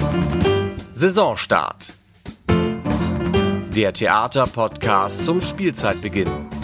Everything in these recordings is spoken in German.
Saisonstart. Der Theaterpodcast zum Spielzeitbeginn.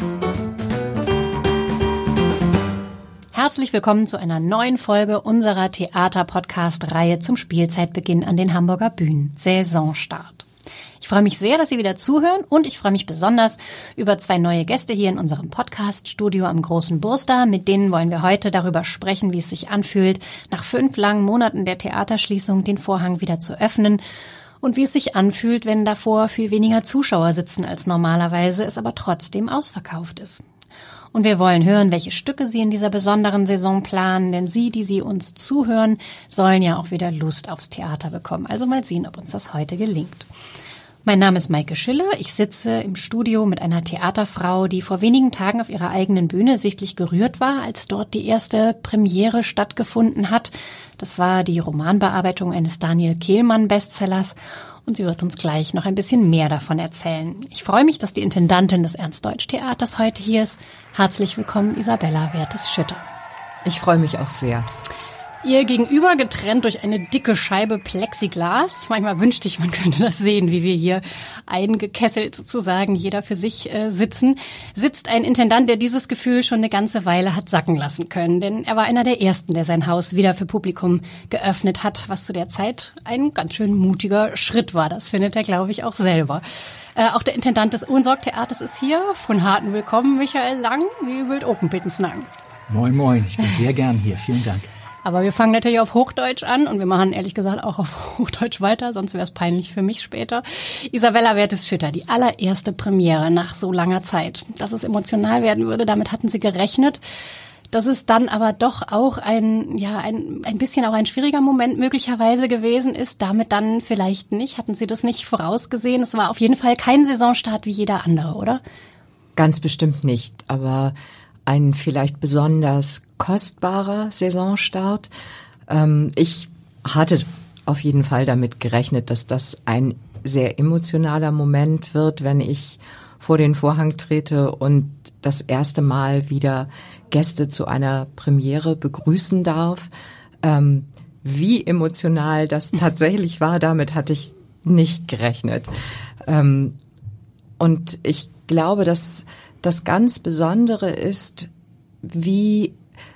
Herzlich willkommen zu einer neuen Folge unserer Theater-Podcast-Reihe zum Spielzeitbeginn an den Hamburger Bühnen. Saisonstart. Ich freue mich sehr, dass Sie wieder zuhören und ich freue mich besonders über 2 neue Gäste hier in unserem Podcast-Studio am Großen Burster. Mit denen wollen wir heute darüber sprechen, wie es sich anfühlt, nach 5 langen Monaten der Theaterschließung den Vorhang wieder zu öffnen und wie es sich anfühlt, wenn davor viel weniger Zuschauer sitzen als normalerweise, es aber trotzdem ausverkauft ist. Und wir wollen hören, welche Stücke Sie in dieser besonderen Saison planen, denn Sie, die Sie uns zuhören, sollen ja auch wieder Lust aufs Theater bekommen. Also mal sehen, ob uns das heute gelingt. Mein Name ist Maike Schiller. Ich sitze im Studio mit einer Theaterfrau, die vor wenigen Tagen auf ihrer eigenen Bühne sichtlich gerührt war, als dort die erste Premiere stattgefunden hat. Das war die Romanbearbeitung eines Daniel Kehlmann-Bestsellers. Und sie wird uns gleich noch ein bisschen mehr davon erzählen. Ich freue mich, dass die Intendantin des Ernst-Deutsch-Theaters heute hier ist. Herzlich willkommen, Isabella Wertes-Schütter. Ich freue mich auch sehr. Ihr gegenüber, getrennt durch eine dicke Scheibe Plexiglas. Manchmal wünschte ich, man könnte das sehen, wie wir hier eingekesselt sozusagen, jeder für sich sitzen, sitzt ein Intendant, der dieses Gefühl schon eine ganze Weile hat sacken lassen können. Denn er war einer der Ersten, der sein Haus wieder für Publikum geöffnet hat, was zu der Zeit ein ganz schön mutiger Schritt war. Das findet er, glaube ich, auch selber. Auch der Intendant des Ohnsorg-Theaters ist hier. Von harten Willkommen, Michael Lang. Wie wild Open Pittensnacken. Moin, moin. Ich bin sehr gern hier. Vielen Dank. Aber wir fangen natürlich auf Hochdeutsch an und wir machen ehrlich gesagt auch auf Hochdeutsch weiter, sonst wäre es peinlich für mich später. Isabella Wertes-Schütter, die allererste Premiere nach so langer Zeit. Dass es emotional werden würde, damit hatten Sie gerechnet. Dass es dann aber doch auch ein bisschen auch ein schwieriger Moment möglicherweise gewesen ist, damit dann vielleicht nicht. Hatten Sie das nicht vorausgesehen? Es war auf jeden Fall kein Saisonstart wie jeder andere, oder? Ganz bestimmt nicht, aber ein vielleicht besonders kostbarer Saisonstart. Ich hatte auf jeden Fall damit gerechnet, dass das ein sehr emotionaler Moment wird, wenn ich vor den Vorhang trete und das erste Mal wieder Gäste zu einer Premiere begrüßen darf. Wie emotional das tatsächlich war, damit hatte ich nicht gerechnet. Und ich glaube, dass das ganz Besondere ist, wie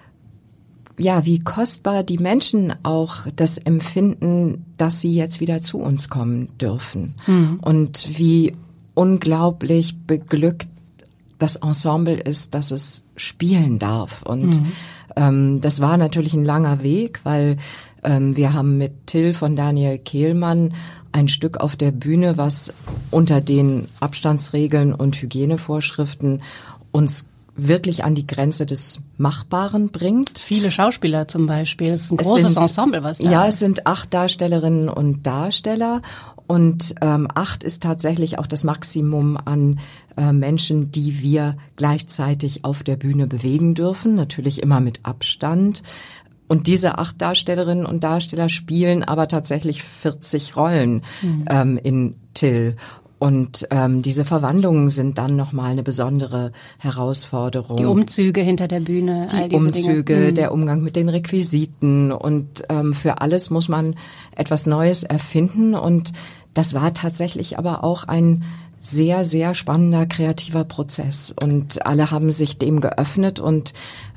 kostbar die Menschen auch das empfinden, dass sie jetzt wieder zu uns kommen dürfen. Und wie unglaublich beglückt das Ensemble ist, dass es spielen darf. Und das war natürlich ein langer Weg, weil wir haben mit Till von Daniel Kehlmann ein Stück auf der Bühne, was unter den Abstandsregeln und Hygienevorschriften uns wirklich an die Grenze des Machbaren bringt. Viele Schauspieler zum Beispiel. Es ist ein großes Ensemble, was da ist. Ja, es sind 8 Darstellerinnen und Darsteller und 8 ist tatsächlich auch das Maximum an Menschen, die wir gleichzeitig auf der Bühne bewegen dürfen. Natürlich immer mit Abstand. Und diese 8 Darstellerinnen und Darsteller spielen aber tatsächlich 40 Rollen in Till. Und diese Verwandlungen sind dann nochmal eine besondere Herausforderung. Die Umzüge hinter der Bühne, all diese Umzüge, Dinge. Der Umgang mit den Requisiten und für alles muss man etwas Neues erfinden. Und das war tatsächlich aber auch ein sehr, sehr spannender kreativer Prozess. Und alle haben sich dem geöffnet und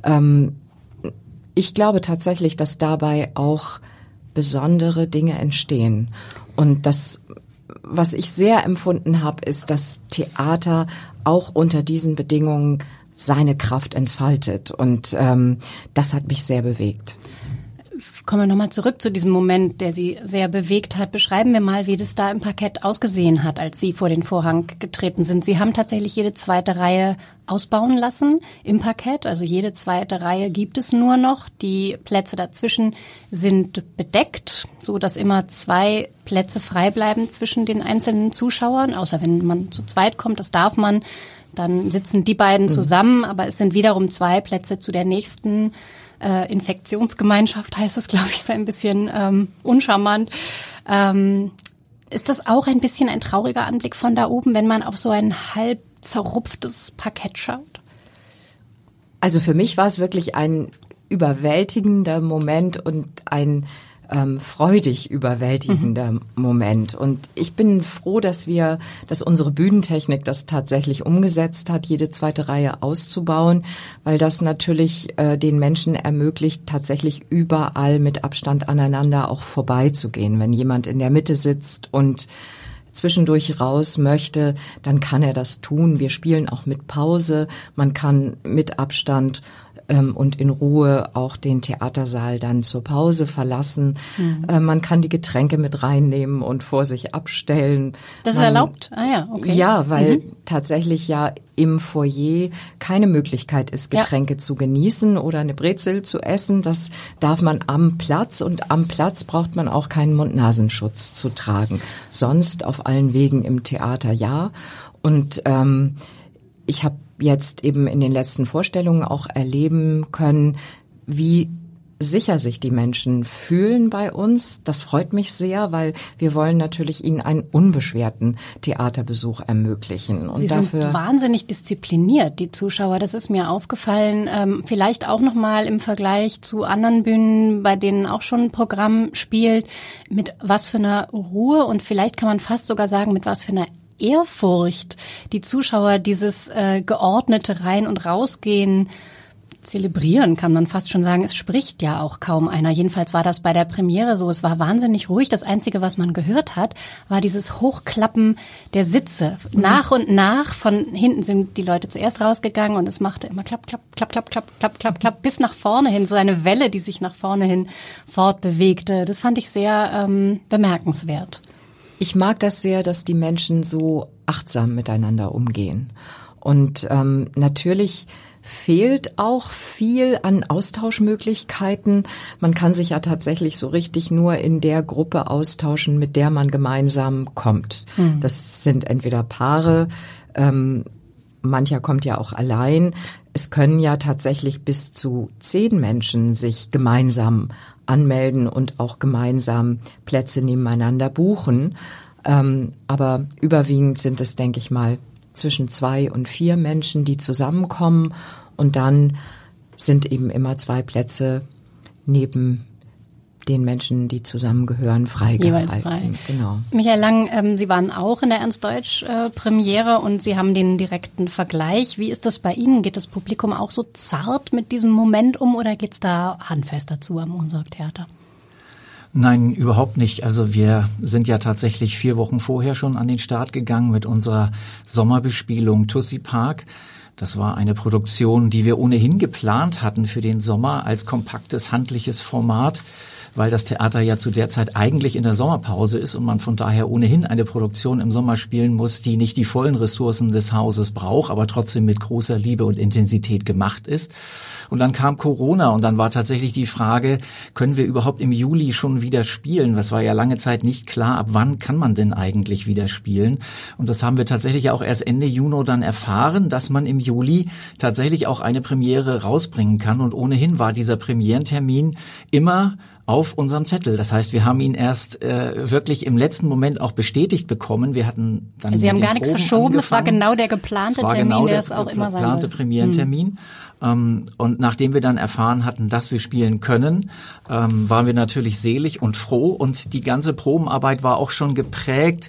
ich glaube tatsächlich, dass dabei auch besondere Dinge entstehen. Und das, was ich sehr empfunden habe, ist, dass Theater auch unter diesen Bedingungen seine Kraft entfaltet. Und das hat mich sehr bewegt. Kommen wir nochmal zurück zu diesem Moment, der Sie sehr bewegt hat. Beschreiben wir mal, wie das da im Parkett ausgesehen hat, als Sie vor den Vorhang getreten sind. Sie haben tatsächlich jede zweite Reihe ausbauen lassen im Parkett. Also jede zweite Reihe gibt es nur noch. Die Plätze dazwischen sind bedeckt, so dass immer 2 Plätze frei bleiben zwischen den einzelnen Zuschauern. Außer wenn man zu zweit kommt, das darf man. Dann sitzen die beiden zusammen, aber es sind wiederum 2 Plätze zu der nächsten Infektionsgemeinschaft, heißt es, glaube ich, so ein bisschen uncharmant. Ist das auch ein bisschen ein trauriger Anblick von da oben, wenn man auf so ein halb zerrupftes Parkett schaut? Also für mich war es wirklich ein überwältigender Moment und ein freudig überwältigender Moment. Und ich bin froh, dass unsere Bühnentechnik das tatsächlich umgesetzt hat, jede zweite Reihe auszubauen, weil das natürlich den Menschen ermöglicht, tatsächlich überall mit Abstand aneinander auch vorbeizugehen. Wenn jemand in der Mitte sitzt und zwischendurch raus möchte, dann kann er das tun. Wir spielen auch mit Pause. Man kann mit Abstand und in Ruhe auch den Theatersaal dann zur Pause verlassen. Man kann die Getränke mit reinnehmen und vor sich abstellen. Das ist erlaubt? Ah ja, okay. Ja, weil tatsächlich ja im Foyer keine Möglichkeit ist, Getränke zu genießen oder eine Brezel zu essen. Das darf man am Platz, und am Platz braucht man auch keinen Mund-Nasenschutz zu tragen. Sonst auf allen Wegen im Theater ja. Und ich habe jetzt eben in den letzten Vorstellungen auch erleben können, wie sicher sich die Menschen fühlen bei uns. Das freut mich sehr, weil wir wollen natürlich ihnen einen unbeschwerten Theaterbesuch ermöglichen. Und Sie sind wahnsinnig diszipliniert, die Zuschauer. Das ist mir aufgefallen. Vielleicht auch nochmal im Vergleich zu anderen Bühnen, bei denen auch schon ein Programm spielt, mit was für einer Ruhe und vielleicht kann man fast sogar sagen, mit was für einer Ehrfurcht die Zuschauer dieses geordnete Rein- und Rausgehen zelebrieren, kann man fast schon sagen. Es spricht ja auch kaum einer. Jedenfalls war das bei der Premiere so. Es war wahnsinnig ruhig. Das Einzige, was man gehört hat, war dieses Hochklappen der Sitze. Nach und nach, von hinten sind die Leute zuerst rausgegangen und es machte immer klapp, klapp, klapp, klapp, klapp, klapp, klapp, klapp, bis nach vorne hin. So eine Welle, die sich nach vorne hin fortbewegte. Das fand ich sehr bemerkenswert. Ich mag das sehr, dass die Menschen so achtsam miteinander umgehen. Und natürlich fehlt auch viel an Austauschmöglichkeiten. Man kann sich ja tatsächlich so richtig nur in der Gruppe austauschen, mit der man gemeinsam kommt. Das sind entweder Paare, mancher kommt ja auch allein. Es können ja tatsächlich bis zu 10 Menschen sich gemeinsam anmelden und auch gemeinsam Plätze nebeneinander buchen. Aber überwiegend sind es, denke ich mal, zwischen 2 und 4 Menschen, die zusammenkommen, und dann sind eben immer 2 Plätze neben den Menschen, die zusammengehören, freigehalten. Jeweils frei. Genau. Michael Lang, Sie waren auch in der Ernst-Deutsch-Premiere und Sie haben den direkten Vergleich. Wie ist das bei Ihnen? Geht das Publikum auch so zart mit diesem Moment um oder geht's da handfester zu am Ohnsorg-Theater? Nein, überhaupt nicht. Also wir sind ja tatsächlich 4 Wochen vorher schon an den Start gegangen mit unserer Sommerbespielung Tussi Park. Das war eine Produktion, die wir ohnehin geplant hatten für den Sommer als kompaktes, handliches Format, weil das Theater ja zu der Zeit eigentlich in der Sommerpause ist und man von daher ohnehin eine Produktion im Sommer spielen muss, die nicht die vollen Ressourcen des Hauses braucht, aber trotzdem mit großer Liebe und Intensität gemacht ist. Und dann kam Corona und dann war tatsächlich die Frage, können wir überhaupt im Juli schon wieder spielen? Das war ja lange Zeit nicht klar, ab wann kann man denn eigentlich wieder spielen? Und das haben wir tatsächlich auch erst Ende Juni dann erfahren, dass man im Juli tatsächlich auch eine Premiere rausbringen kann. Und ohnehin war dieser Premierentermin immer auf unserem Zettel. Das heißt, wir haben ihn erst wirklich im letzten Moment auch bestätigt bekommen. Wir hatten dann Sie haben gar nichts verschoben, es war genau der geplante Termin, der es auch immer sein soll. Geplante Premierentermin. Und nachdem wir dann erfahren hatten, dass wir spielen können, waren wir natürlich selig und froh. Und die ganze Probenarbeit war auch schon geprägt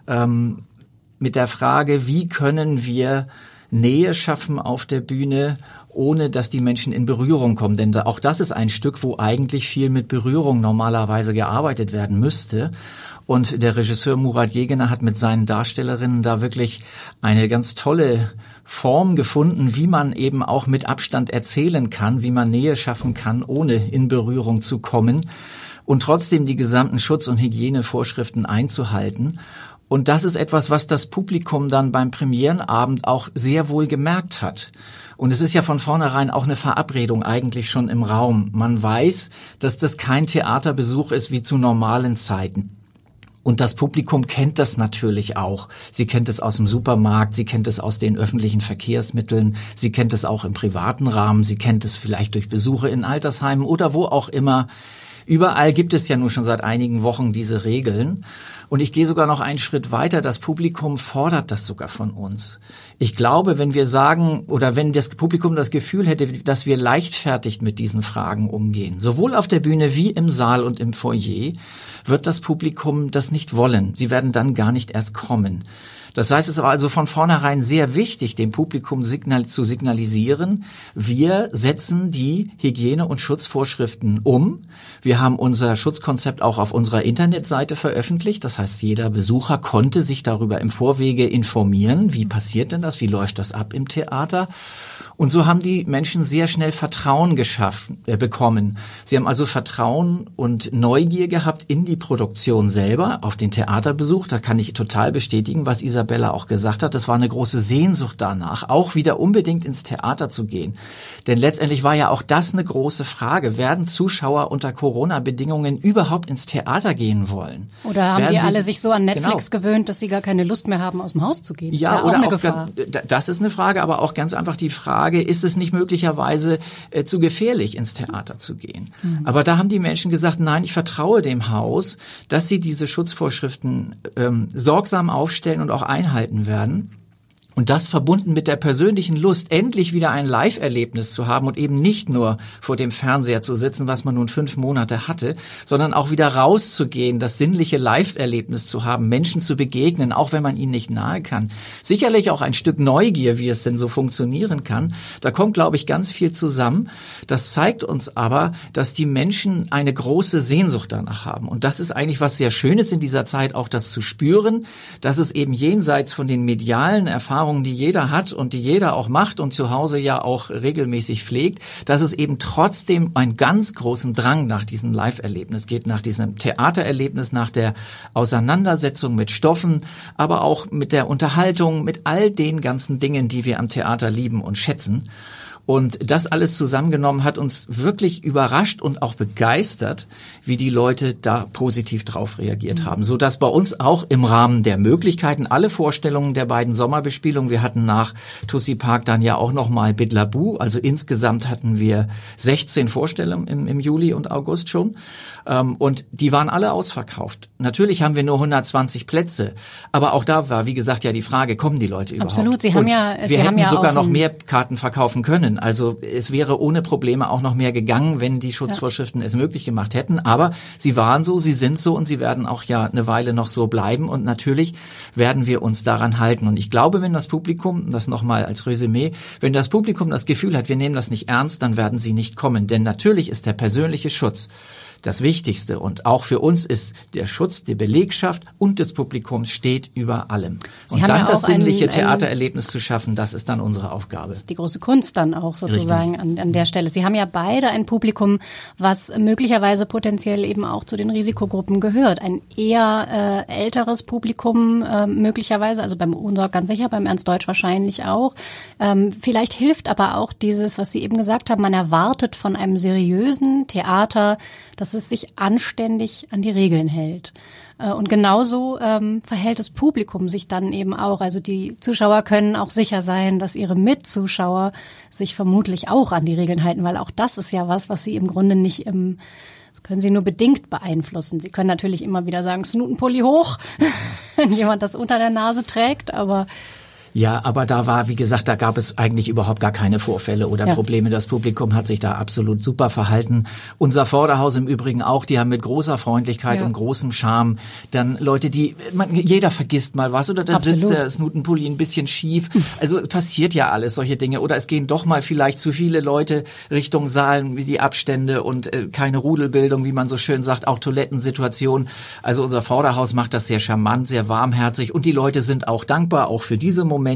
mit der Frage, wie können wir Nähe schaffen auf der Bühne, ohne dass die Menschen in Berührung kommen. Denn auch das ist ein Stück, wo eigentlich viel mit Berührung normalerweise gearbeitet werden müsste. Und der Regisseur Murat Yegener hat mit seinen Darstellerinnen da wirklich eine ganz tolle Form gefunden, wie man eben auch mit Abstand erzählen kann, wie man Nähe schaffen kann, ohne in Berührung zu kommen und trotzdem die gesamten Schutz- und Hygienevorschriften einzuhalten. Und das ist etwas, was das Publikum dann beim Premierenabend auch sehr wohl gemerkt hat. Und es ist ja von vornherein auch eine Verabredung eigentlich schon im Raum. Man weiß, dass das kein Theaterbesuch ist wie zu normalen Zeiten. Und das Publikum kennt das natürlich auch. Sie kennt es aus dem Supermarkt, sie kennt es aus den öffentlichen Verkehrsmitteln, sie kennt es auch im privaten Rahmen, sie kennt es vielleicht durch Besuche in Altersheimen oder wo auch immer. Überall gibt es ja nun schon seit einigen Wochen diese Regeln. Und ich gehe sogar noch einen Schritt weiter. Das Publikum fordert das sogar von uns. Ich glaube, wenn wir sagen oder wenn das Publikum das Gefühl hätte, dass wir leichtfertig mit diesen Fragen umgehen, sowohl auf der Bühne wie im Saal und im Foyer, wird das Publikum das nicht wollen. Sie werden dann gar nicht erst kommen. Das heißt, es war also von vornherein sehr wichtig, dem Publikum zu signalisieren, wir setzen die Hygiene- und Schutzvorschriften um. Wir haben unser Schutzkonzept auch auf unserer Internetseite veröffentlicht. Das heißt, jeder Besucher konnte sich darüber im Vorwege informieren. Wie passiert denn das? Wie läuft das ab im Theater? Und so haben die Menschen sehr schnell Vertrauen bekommen. Sie haben also Vertrauen und Neugier gehabt in die Produktion selber, auf den Theaterbesuch. Da kann ich total bestätigen, was Isabella auch gesagt hat. Das war eine große Sehnsucht danach, auch wieder unbedingt ins Theater zu gehen. Denn letztendlich war ja auch das eine große Frage. Werden Zuschauer unter Corona-Bedingungen überhaupt ins Theater gehen wollen? Oder haben die alle sich so an Netflix gewöhnt, dass sie gar keine Lust mehr haben, aus dem Haus zu gehen? Ja, das ist ja oder auch eine auch Gefahr. Das ist eine Frage, aber auch ganz einfach die Frage, ist es nicht möglicherweise zu gefährlich, ins Theater zu gehen? Aber da haben die Menschen gesagt, nein, ich vertraue dem Haus, dass sie diese Schutzvorschriften sorgsam aufstellen und auch einhalten werden. Und das verbunden mit der persönlichen Lust, endlich wieder ein Live-Erlebnis zu haben und eben nicht nur vor dem Fernseher zu sitzen, was man nun 5 Monate hatte, sondern auch wieder rauszugehen, das sinnliche Live-Erlebnis zu haben, Menschen zu begegnen, auch wenn man ihnen nicht nahe kann. Sicherlich auch ein Stück Neugier, wie es denn so funktionieren kann. Da kommt, glaube ich, ganz viel zusammen. Das zeigt uns aber, dass die Menschen eine große Sehnsucht danach haben. Und das ist eigentlich was sehr Schönes in dieser Zeit, auch das zu spüren, dass es eben jenseits von den medialen Erfahrungen, die jeder hat und die jeder auch macht und zu Hause ja auch regelmäßig pflegt, dass es eben trotzdem einen ganz großen Drang nach diesem Live-Erlebnis geht, nach diesem Theatererlebnis, nach der Auseinandersetzung mit Stoffen, aber auch mit der Unterhaltung, mit all den ganzen Dingen, die wir am Theater lieben und schätzen. Und das alles zusammengenommen hat uns wirklich überrascht und auch begeistert, wie die Leute da positiv drauf reagiert haben. So dass bei uns auch im Rahmen der Möglichkeiten alle Vorstellungen der beiden Sommerbespielungen, wir hatten nach Tussi Park dann ja auch nochmal Bidlabu, also insgesamt hatten wir 16 Vorstellungen im Juli und August schon. Und die waren alle ausverkauft. Natürlich haben wir nur 120 Plätze, aber auch da war, wie gesagt, ja die Frage, kommen die Leute überhaupt? Absolut, wir hätten sogar noch mehr Karten verkaufen können. Also es wäre ohne Probleme auch noch mehr gegangen, wenn die Schutzvorschriften es möglich gemacht hätten. Aber sie waren so, sie sind so und sie werden auch ja eine Weile noch so bleiben. Und natürlich werden wir uns daran halten. Und ich glaube, wenn das Publikum, das nochmal als Resümee, wenn das Publikum das Gefühl hat, wir nehmen das nicht ernst, dann werden sie nicht kommen. Denn natürlich ist der persönliche Schutz das Wichtigste. Und auch für uns ist der Schutz der Belegschaft und des Publikums steht über allem. Sie und haben dann ja das sinnliche ein Theatererlebnis zu schaffen, das ist dann unsere Aufgabe. Das ist die große Kunst dann auch sozusagen an der Stelle. Sie haben ja beide ein Publikum, was möglicherweise potenziell eben auch zu den Risikogruppen gehört. Ein eher älteres Publikum möglicherweise, also beim UNSORG ganz sicher, beim Ernst Deutsch wahrscheinlich auch. Vielleicht hilft aber auch dieses, was Sie eben gesagt haben, man erwartet von einem seriösen Theater, dass es sich anständig an die Regeln hält. Und genauso verhält das Publikum sich dann eben auch. Also die Zuschauer können auch sicher sein, dass ihre Mitzuschauer sich vermutlich auch an die Regeln halten, weil auch das ist ja was sie im Grunde nicht das können sie nur bedingt beeinflussen. Sie können natürlich immer wieder sagen, Snutenpulli hoch, wenn jemand das unter der Nase trägt, aber Ja, aber da war, wie gesagt, da gab es eigentlich überhaupt gar keine Vorfälle oder Probleme. Das Publikum hat sich da absolut super verhalten. Unser Vorderhaus im Übrigen auch, die haben mit großer Freundlichkeit und großem Charme dann Leute, jeder vergisst mal was oder dann sitzt der Snutenpulli ein bisschen schief. Also passiert ja alles, solche Dinge. Oder es gehen doch mal vielleicht zu viele Leute Richtung Saal, wie die Abstände und keine Rudelbildung, wie man so schön sagt, auch Toilettensituationen. Also unser Vorderhaus macht das sehr charmant, sehr warmherzig und die Leute sind auch dankbar, auch für diese Momente.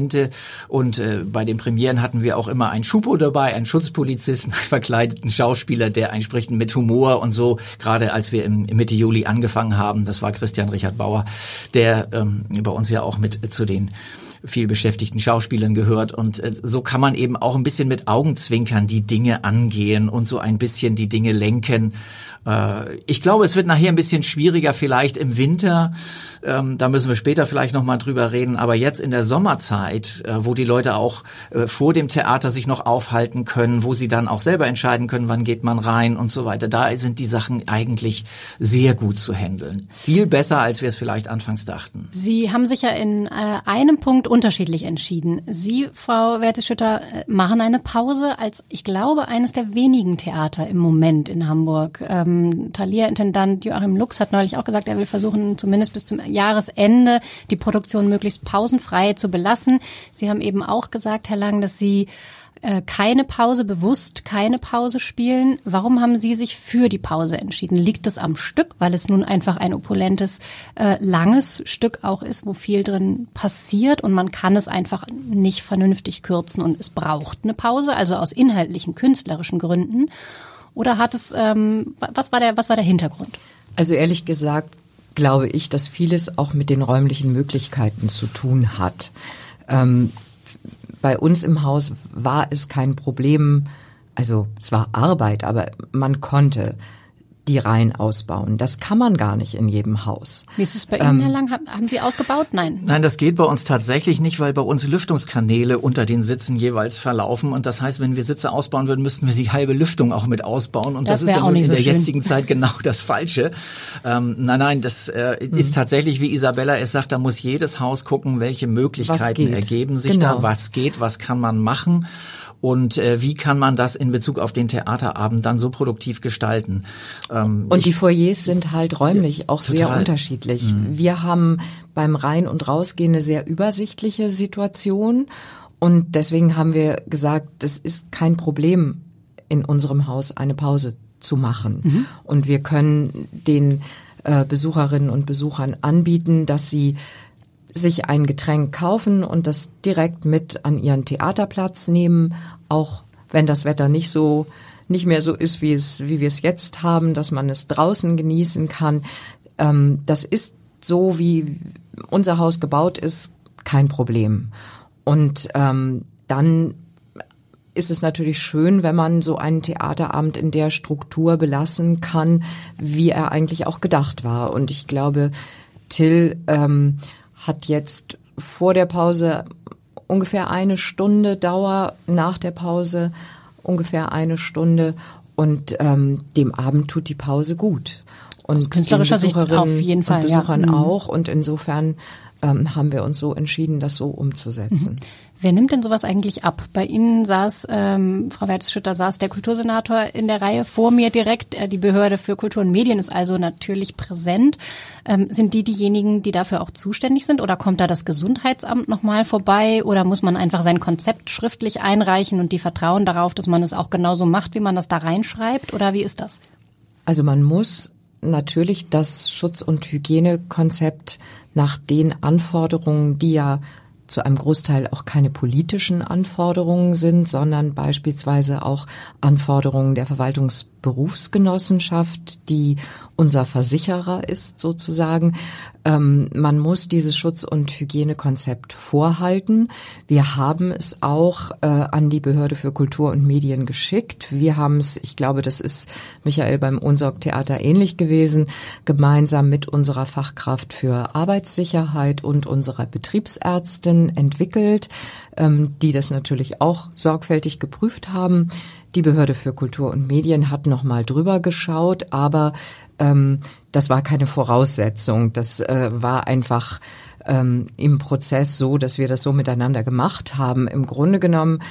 Und bei den Premieren hatten wir auch immer einen Schupo dabei, einen Schutzpolizisten, einen verkleideten Schauspieler, der entsprechend mit Humor und so, gerade als wir Mitte Juli angefangen haben, das war Christian Richard Bauer, der bei uns ja auch mit zu den viel beschäftigten Schauspielern gehört. Und so kann man eben auch ein bisschen mit Augenzwinkern die Dinge angehen und so ein bisschen die Dinge lenken. Ich glaube, es wird nachher ein bisschen schwieriger vielleicht im Winter. Da müssen wir später vielleicht noch mal drüber reden. Aber jetzt in der Sommerzeit, wo die Leute auch vor dem Theater sich noch aufhalten können, wo sie dann auch selber entscheiden können, wann geht man rein und so weiter, da sind die Sachen eigentlich sehr gut zu handeln. Viel besser, als wir es vielleicht anfangs dachten. Sie haben sich ja in einem Punkt unterschiedlich entschieden. Sie, Frau Werteschütter, machen eine Pause als, ich glaube, eines der wenigen Theater im Moment in Hamburg. Thalia-Intendant Joachim Lux hat neulich auch gesagt, er will versuchen, zumindest bis zum Jahresende die Produktion möglichst pausenfrei zu belassen. Sie haben eben auch gesagt, Herr Lang, dass Sie bewusst keine Pause spielen. Warum haben Sie sich für die Pause entschieden? Liegt es am Stück, weil es nun einfach ein opulentes, langes Stück auch ist, wo viel drin passiert und man kann es einfach nicht vernünftig kürzen und es braucht eine Pause, also aus inhaltlichen, künstlerischen Gründen? Oder hat es, was war der Hintergrund? Also ehrlich gesagt glaube ich, dass vieles auch mit den räumlichen Möglichkeiten zu tun hat. Bei uns im Haus war es kein Problem, also es war Arbeit, aber man konnte die Reihen ausbauen. Das kann man gar nicht in jedem Haus. Wie ist es bei Ihnen, Herr Lang? Haben Sie ausgebaut? Nein. Nein, das geht bei uns tatsächlich nicht, weil bei uns Lüftungskanäle unter den Sitzen jeweils verlaufen. Und das heißt, wenn wir Sitze ausbauen würden, müssten wir die halbe Lüftung auch mit ausbauen. Und das ist ja nun in der jetzigen Zeit genau das Falsche. Nein, das ist tatsächlich, wie Isabella es sagt, da muss jedes Haus gucken, welche Möglichkeiten ergeben sich da, was geht, was kann man machen. Und wie kann man das in Bezug auf den Theaterabend dann so produktiv gestalten? Und die Foyers sind halt räumlich auch total sehr unterschiedlich. Wir haben beim Rein- und Rausgehen eine sehr übersichtliche Situation und deswegen haben wir gesagt, das ist kein Problem, in unserem Haus eine Pause zu machen. Und wir können den Besucherinnen und Besuchern anbieten, dass sie sich ein Getränk kaufen und das direkt mit an ihren Theaterplatz nehmen, auch wenn das Wetter nicht mehr so ist, wie wir es jetzt haben, dass man es draußen genießen kann. Das ist so, wie unser Haus gebaut ist, kein Problem. Und dann ist es natürlich schön, wenn man so einen Theaterabend in der Struktur belassen kann, wie er eigentlich auch gedacht war. Und ich glaube, Till hat jetzt vor der Pause ungefähr 1 Stunde Dauer, nach der Pause ungefähr 1 Stunde und dem Abend tut die Pause gut. Und aus künstlerischer Sicht auf jeden Fall, und Besuchern auch und insofern haben wir uns so entschieden, das so umzusetzen. Wer nimmt denn sowas eigentlich ab? Bei Ihnen saß, Frau Werteschütter, der Kultursenator in der Reihe vor mir direkt. Die Behörde für Kultur und Medien ist also natürlich präsent. Sind diejenigen, die dafür auch zuständig sind? Oder kommt da das Gesundheitsamt nochmal vorbei? Oder muss man einfach sein Konzept schriftlich einreichen und die vertrauen darauf, dass man es auch genauso macht, wie man das da reinschreibt? Oder wie ist das? Also man muss natürlich das Schutz- und Hygienekonzept nach den Anforderungen, die ja zu einem Großteil auch keine politischen Anforderungen sind, sondern beispielsweise auch Anforderungen der Verwaltungsberufsgenossenschaft, die unser Versicherer ist sozusagen. Man muss dieses Schutz- und Hygienekonzept vorhalten. Wir haben es auch an die Behörde für Kultur und Medien geschickt. Wir haben es, ich glaube, das ist Michael beim Unsorg-Theater ähnlich gewesen, gemeinsam mit unserer Fachkraft für Arbeitssicherheit und unserer Betriebsärztin entwickelt, die das natürlich auch sorgfältig geprüft haben. Die Behörde für Kultur und Medien hat nochmal drüber geschaut, aber das war keine Voraussetzung. Das war einfach im Prozess so, dass wir das so miteinander gemacht haben. Im Grunde genommen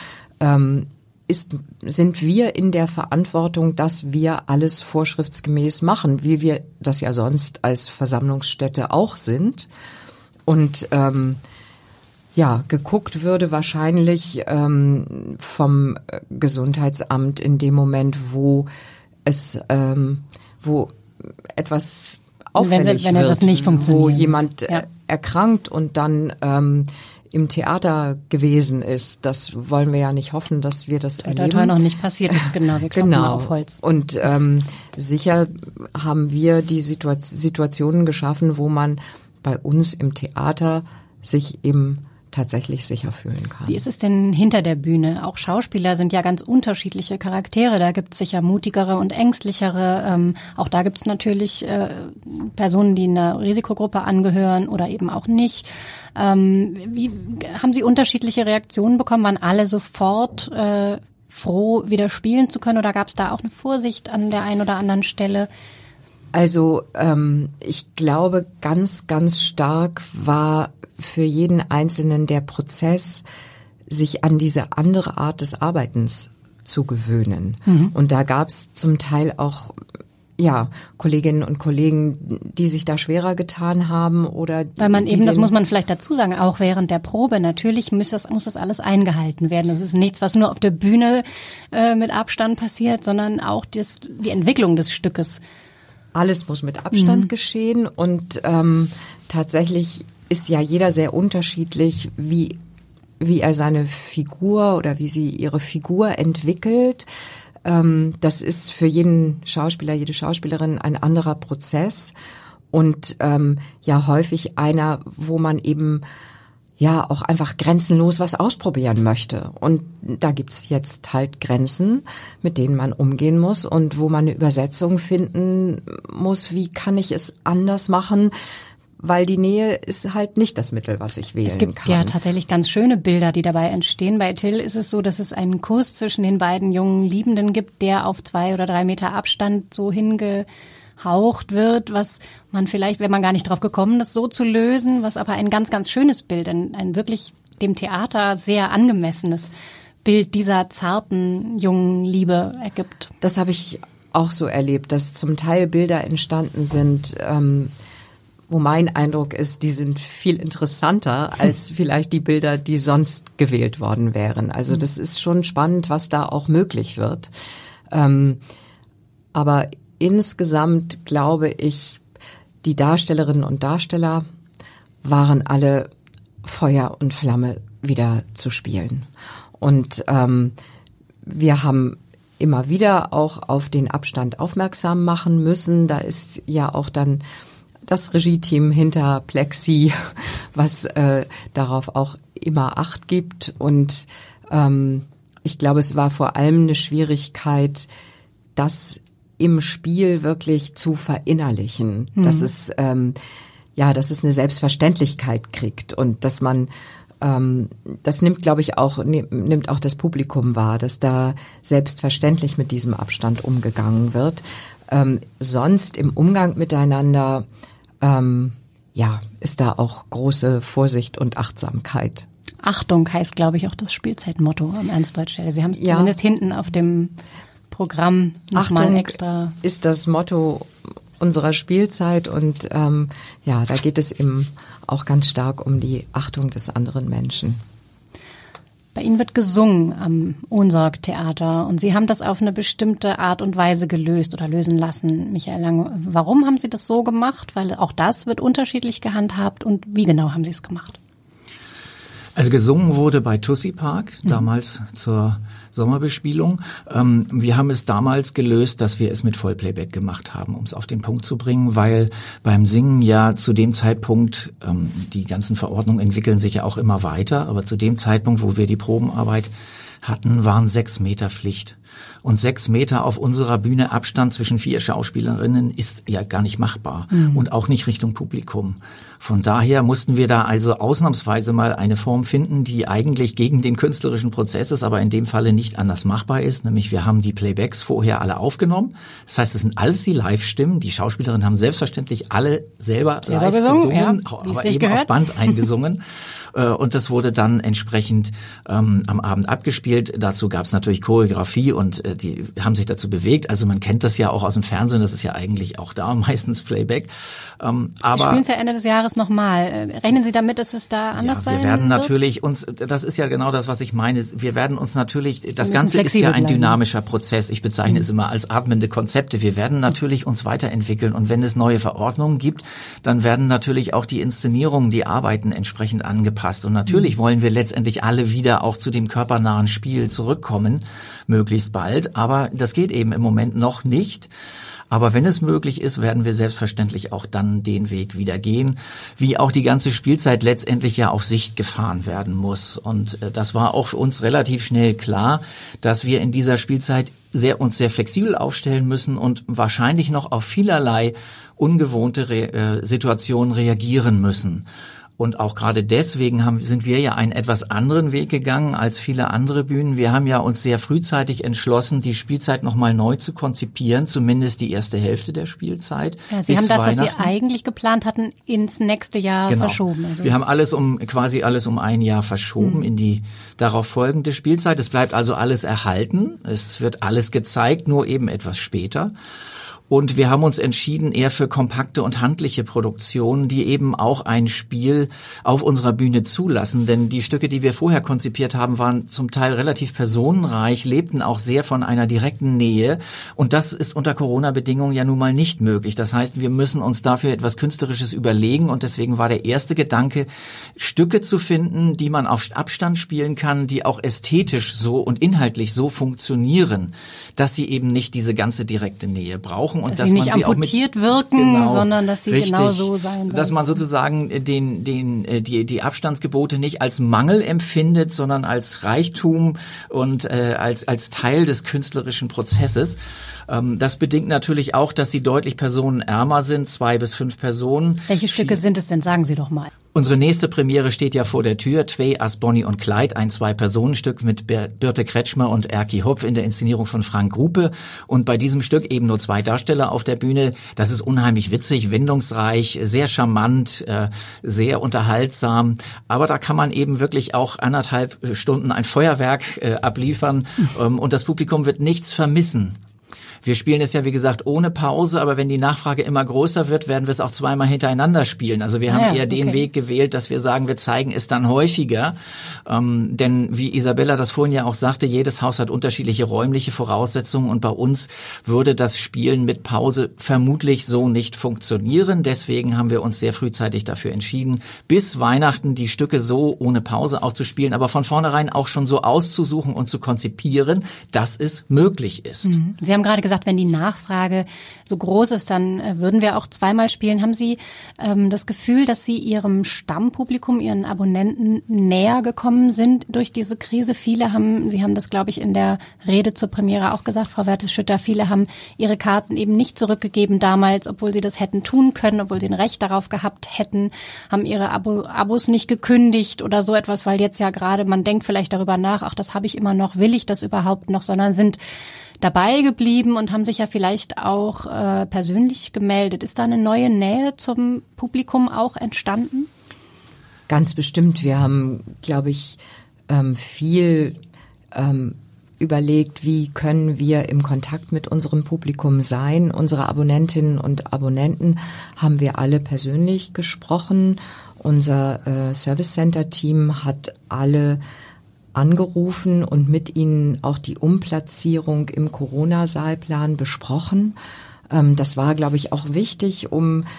sind wir in der Verantwortung, dass wir alles vorschriftsgemäß machen, wie wir das ja sonst als Versammlungsstätte auch sind. Und geguckt würde wahrscheinlich vom Gesundheitsamt in dem Moment, wo etwas auffällig wenn etwas nicht funktioniert, wo jemand erkrankt und dann im Theater gewesen ist. Das wollen wir ja nicht hoffen, dass wir das erleben. Das noch nicht passiert ist, genau. Wir klopfen mal auf Holz. Und sicher haben wir die Situationen geschaffen, wo man bei uns im Theater sich eben tatsächlich sicher fühlen kann. Wie ist es denn hinter der Bühne? Auch Schauspieler sind ja ganz unterschiedliche Charaktere. Da gibt es sicher mutigere und ängstlichere. Auch da gibt es natürlich Personen, die einer Risikogruppe angehören oder eben auch nicht. Wie haben Sie unterschiedliche Reaktionen bekommen? Waren alle sofort froh, wieder spielen zu können? Oder gab es da auch eine Vorsicht an der einen oder anderen Stelle? Also ich glaube, ganz, ganz stark war für jeden Einzelnen der Prozess, sich an diese andere Art des Arbeitens zu gewöhnen. Mhm. Und da gab es zum Teil auch Kolleginnen und Kollegen, die sich da schwerer getan haben oder weil man eben, das muss man vielleicht dazu sagen, auch während der Probe natürlich muss das alles eingehalten werden. Das ist nichts, was nur auf der Bühne mit Abstand passiert, sondern auch die Entwicklung des Stückes. Alles muss mit Abstand geschehen und tatsächlich ist ja jeder sehr unterschiedlich, wie er seine Figur oder wie sie ihre Figur entwickelt. Das ist für jeden Schauspieler, jede Schauspielerin ein anderer Prozess und häufig einer, wo man eben auch einfach grenzenlos was ausprobieren möchte. Und da gibt's jetzt halt Grenzen, mit denen man umgehen muss und wo man eine Übersetzung finden muss, wie kann ich es anders machen, weil die Nähe ist halt nicht das Mittel, was ich wählen kann. Es gibt ja tatsächlich ganz schöne Bilder, die dabei entstehen. Bei Till ist es so, dass es einen Kuss zwischen den beiden jungen Liebenden gibt, der auf 2 oder 3 Meter Abstand so hingehaucht wird, was man vielleicht, wenn man gar nicht drauf gekommen ist, so zu lösen, was aber ein ganz, ganz schönes Bild, ein wirklich dem Theater sehr angemessenes Bild dieser zarten jungen Liebe ergibt. Das habe ich auch so erlebt, dass zum Teil Bilder entstanden sind, wo mein Eindruck ist, die sind viel interessanter als vielleicht die Bilder, die sonst gewählt worden wären. Also das ist schon spannend, was da auch möglich wird. Aber insgesamt glaube ich, die Darstellerinnen und Darsteller waren alle Feuer und Flamme wieder zu spielen. Und wir haben immer wieder auch auf den Abstand aufmerksam machen müssen. Da ist ja auch dann das Regie-Team hinter Plexi, was darauf auch immer Acht gibt. Und ich glaube, es war vor allem eine Schwierigkeit, das im Spiel wirklich zu verinnerlichen, dass es dass es eine Selbstverständlichkeit kriegt und dass man das nimmt, glaube ich, nimmt auch das Publikum wahr, dass da selbstverständlich mit diesem Abstand umgegangen wird. Sonst im Umgang miteinander ist da auch große Vorsicht und Achtsamkeit. Achtung heißt, glaube ich, auch das Spielzeitmotto am Ernst-Deutsch-Stelle. Sie haben es zumindest hinten auf dem Programm nochmal extra. Ist das Motto unserer Spielzeit und da geht es eben auch ganz stark um die Achtung des anderen Menschen. Bei Ihnen wird gesungen am Ohnsorg-Theater und Sie haben das auf eine bestimmte Art und Weise gelöst oder lösen lassen, Michael Lange. Warum haben Sie das so gemacht? Weil auch das wird unterschiedlich gehandhabt und wie genau haben Sie es gemacht? Also gesungen wurde bei Tussi Park, damals zur Sommerbespielung. Wir haben es damals gelöst, dass wir es mit Vollplayback gemacht haben, um es auf den Punkt zu bringen, weil beim Singen ja zu dem Zeitpunkt, die ganzen Verordnungen entwickeln sich ja auch immer weiter, aber zu dem Zeitpunkt, wo wir die Probenarbeit hatten, waren 6 Meter Pflicht. Und 6 Meter auf unserer Bühne Abstand zwischen 4 Schauspielerinnen ist ja gar nicht machbar und auch nicht Richtung Publikum. Von daher mussten wir da also ausnahmsweise mal eine Form finden, die eigentlich gegen den künstlerischen Prozess ist, aber in dem Falle nicht anders machbar ist. Nämlich wir haben die Playbacks vorher alle aufgenommen. Das heißt, es sind alles die Live-Stimmen. Die Schauspielerinnen haben selbstverständlich alle selber live gesungen, aber eben auf Band eingesungen. Und das wurde dann entsprechend am Abend abgespielt. Dazu gab es natürlich Choreografie und die haben sich dazu bewegt. Also man kennt das ja auch aus dem Fernsehen, das ist ja eigentlich auch da meistens Playback. Aber Sie spielen es ja Ende des Jahres nochmal. Rechnen Sie damit, dass es da anders sein wird? Wir werden natürlich das ist ja genau das, was ich meine, wir werden uns natürlich, das Ganze ist ja ein dynamischer Prozess. Ich bezeichne es immer als atmende Konzepte. Wir werden natürlich uns weiterentwickeln und wenn es neue Verordnungen gibt, dann werden natürlich auch die Inszenierungen, die Arbeiten entsprechend angepasst. angepasst. Und natürlich wollen wir letztendlich alle wieder auch zu dem körpernahen Spiel zurückkommen, möglichst bald. Aber das geht eben im Moment noch nicht. Aber wenn es möglich ist, werden wir selbstverständlich auch dann den Weg wieder gehen, wie auch die ganze Spielzeit letztendlich ja auf Sicht gefahren werden muss. Und das war auch für uns relativ schnell klar, dass wir in dieser Spielzeit uns sehr flexibel aufstellen müssen und wahrscheinlich noch auf vielerlei ungewohnte Situationen reagieren müssen. Und auch gerade deswegen sind wir ja einen etwas anderen Weg gegangen als viele andere Bühnen. Wir haben ja uns sehr frühzeitig entschlossen, die Spielzeit nochmal neu zu konzipieren, zumindest die erste Hälfte der Spielzeit. Ja, Sie haben das, was Sie eigentlich geplant hatten, ins nächste Jahr verschoben. Also wir haben quasi alles um ein Jahr verschoben in die darauf folgende Spielzeit. Es bleibt also alles erhalten. Es wird alles gezeigt, nur eben etwas später. Und wir haben uns entschieden eher für kompakte und handliche Produktionen, die eben auch ein Spiel auf unserer Bühne zulassen. Denn die Stücke, die wir vorher konzipiert haben, waren zum Teil relativ personenreich, lebten auch sehr von einer direkten Nähe. Und das ist unter Corona-Bedingungen ja nun mal nicht möglich. Das heißt, wir müssen uns dafür etwas Künstlerisches überlegen. Und deswegen war der erste Gedanke, Stücke zu finden, die man auf Abstand spielen kann, die auch ästhetisch so und inhaltlich so funktionieren, dass sie eben nicht diese ganze direkte Nähe brauchen. Und dass sie nicht amputiert wirken, sondern dass sie genau so sein sollen. Dass man sozusagen die Abstandsgebote nicht als Mangel empfindet, sondern als Reichtum und als Teil des künstlerischen Prozesses. Das bedingt natürlich auch, dass sie deutlich personenärmer sind, 2 bis 5 Personen. Welche Stücke sind es denn? Sagen Sie doch mal. Unsere nächste Premiere steht ja vor der Tür. Twee as Bonnie und Clyde, ein 2-Personen-Stück mit Birte Kretschmer und Erki Hopf in der Inszenierung von Frank Grupe. Und bei diesem Stück eben nur 2 Darsteller auf der Bühne. Das ist unheimlich witzig, wendungsreich, sehr charmant, sehr unterhaltsam. Aber da kann man eben wirklich auch 1,5 Stunden ein Feuerwerk abliefern. Und das Publikum wird nichts vermissen. Wir spielen es ja, wie gesagt, ohne Pause, aber wenn die Nachfrage immer größer wird, werden wir es auch zweimal hintereinander spielen. Also wir haben eher den Weg gewählt, dass wir sagen, wir zeigen es dann häufiger. Denn wie Isabella das vorhin ja auch sagte, jedes Haus hat unterschiedliche räumliche Voraussetzungen und bei uns würde das Spielen mit Pause vermutlich so nicht funktionieren. Deswegen haben wir uns sehr frühzeitig dafür entschieden, bis Weihnachten die Stücke so ohne Pause auch zu spielen, aber von vornherein auch schon so auszusuchen und zu konzipieren, dass es möglich ist. Sie haben gerade gesagt, wenn die Nachfrage so groß ist, dann würden wir auch zweimal spielen. Haben Sie das Gefühl, dass Sie Ihrem Stammpublikum, Ihren Abonnenten näher gekommen sind durch diese Krise? Sie haben das, glaube ich, in der Rede zur Premiere auch gesagt, Frau Wertes-Schütter, viele haben ihre Karten eben nicht zurückgegeben damals, obwohl sie das hätten tun können, obwohl sie ein Recht darauf gehabt hätten, haben ihre Abos nicht gekündigt oder so etwas, weil jetzt ja gerade, man denkt vielleicht darüber nach, ach, das habe ich immer noch, will ich das überhaupt noch, sondern sind dabei geblieben und haben sich ja vielleicht auch persönlich gemeldet. Ist da eine neue Nähe zum Publikum auch entstanden? Ganz bestimmt. Wir haben, glaube ich, viel überlegt, wie können wir im Kontakt mit unserem Publikum sein. Unsere Abonnentinnen und Abonnenten haben wir alle persönlich gesprochen. Unser Service Center Team hat alle angerufen und mit ihnen auch die Umplatzierung im Corona-Saalplan besprochen. Das war, glaube ich, auch wichtig,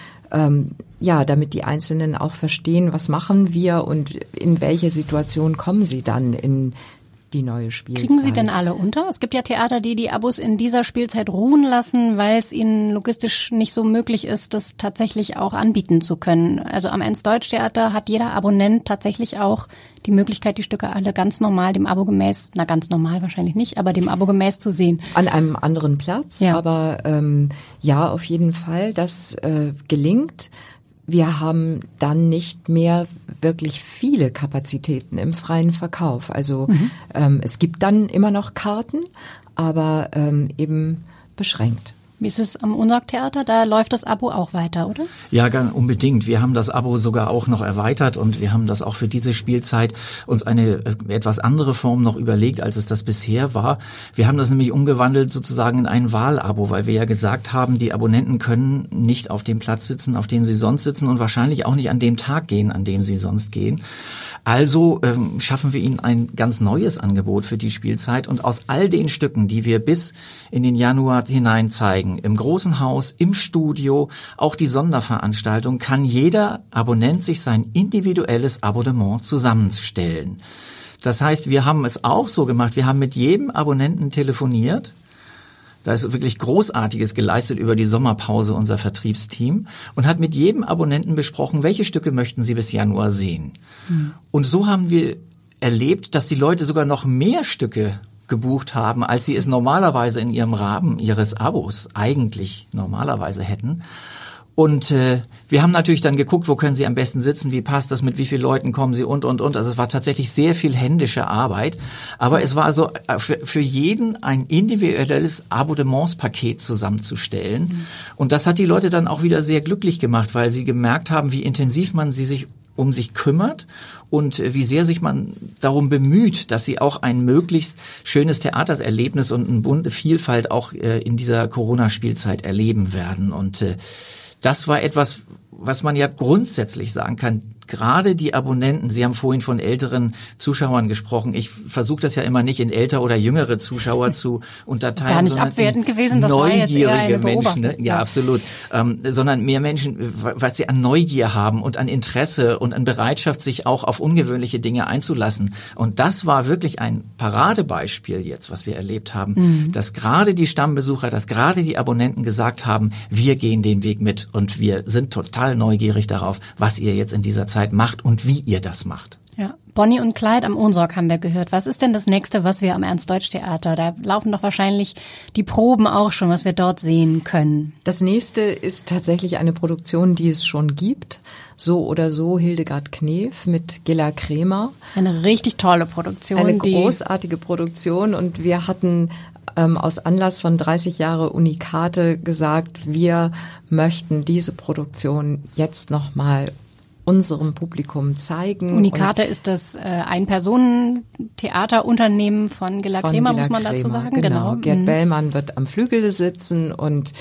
damit die Einzelnen auch verstehen, was machen wir und in welche Situation kommen sie dann in die neue Spielzeit. Kriegen Sie denn alle unter? Es gibt ja Theater, die Abos in dieser Spielzeit ruhen lassen, weil es ihnen logistisch nicht so möglich ist, das tatsächlich auch anbieten zu können. Also am Ernst-Deutsch-Theater hat jeder Abonnent tatsächlich auch die Möglichkeit, die Stücke alle ganz normal, dem Abo gemäß, ganz normal wahrscheinlich nicht, aber dem Abo gemäß zu sehen. An einem anderen Platz, aber auf jeden Fall, das gelingt. Wir haben dann nicht mehr wirklich viele Kapazitäten im freien Verkauf. Also es gibt dann immer noch Karten, aber eben beschränkt. Wie ist es am Unsorg-Theater? Da läuft das Abo auch weiter, oder? Ja, unbedingt. Wir haben das Abo sogar auch noch erweitert und wir haben das auch für diese Spielzeit uns eine etwas andere Form noch überlegt, als es das bisher war. Wir haben das nämlich umgewandelt sozusagen in ein Wahlabo, weil wir ja gesagt haben, die Abonnenten können nicht auf dem Platz sitzen, auf dem sie sonst sitzen und wahrscheinlich auch nicht an dem Tag gehen, an dem sie sonst gehen. Also schaffen wir ihnen ein ganz neues Angebot für die Spielzeit und aus all den Stücken, die wir bis in den Januar hinein zeigen, im großen Haus, im Studio, auch die Sonderveranstaltung, kann jeder Abonnent sich sein individuelles Abonnement zusammenstellen. Das heißt, wir haben es auch so gemacht, wir haben mit jedem Abonnenten telefoniert. Da ist wirklich Großartiges geleistet über die Sommerpause unser Vertriebsteam und hat mit jedem Abonnenten besprochen, welche Stücke möchten sie bis Januar sehen. Und so haben wir erlebt, dass die Leute sogar noch mehr Stücke gebucht haben, als sie es normalerweise in ihrem Rahmen ihres Abos eigentlich normalerweise hätten. Und wir haben natürlich dann geguckt, wo können sie am besten sitzen, wie passt das, mit wie vielen Leuten kommen sie und. Also es war tatsächlich sehr viel händische Arbeit. Aber es war also für jeden ein individuelles Abonnementspaket zusammenzustellen. Und das hat die Leute dann auch wieder sehr glücklich gemacht, weil sie gemerkt haben, wie intensiv man sich um sich kümmert und wie sehr sich man darum bemüht, dass sie auch ein möglichst schönes Theatererlebnis und eine bunte Vielfalt auch in dieser Corona-Spielzeit erleben werden. Und das war etwas, was man ja grundsätzlich sagen kann. Gerade die Abonnenten, Sie haben vorhin von älteren Zuschauern gesprochen. Ich versuche das ja immer nicht in älter oder jüngere Zuschauer zu unterteilen. Gar nicht abwertend gewesen, das war jetzt eher eine Menschen, ne? Ja, absolut. Sondern mehr Menschen, was sie an Neugier haben und an Interesse und an Bereitschaft, sich auch auf ungewöhnliche Dinge einzulassen. Und das war wirklich ein Paradebeispiel jetzt, was wir erlebt haben, dass gerade die Stammbesucher, dass gerade die Abonnenten gesagt haben, wir gehen den Weg mit und wir sind total neugierig darauf, was ihr jetzt in dieser Zeit macht und wie ihr das macht. Ja, Bonnie und Clyde am Ohnsorg haben wir gehört. Was ist denn das Nächste, was wir am Ernst-Deutsch-Theater, da laufen doch wahrscheinlich die Proben auch schon, was wir dort sehen können? Das Nächste ist tatsächlich eine Produktion, die es schon gibt. So oder so Hildegard Knef mit Gilla Kremer. Eine richtig tolle Produktion. Eine großartige Produktion und wir hatten aus Anlass von 30 Jahre Unikate gesagt, wir möchten diese Produktion jetzt nochmal unserem Publikum zeigen. Unikate ist das Ein-Personen-Theaterunternehmen von Gilla Kremer, muss man dazu sagen. Genau. Gerd Bellmann wird am Flügel sitzen und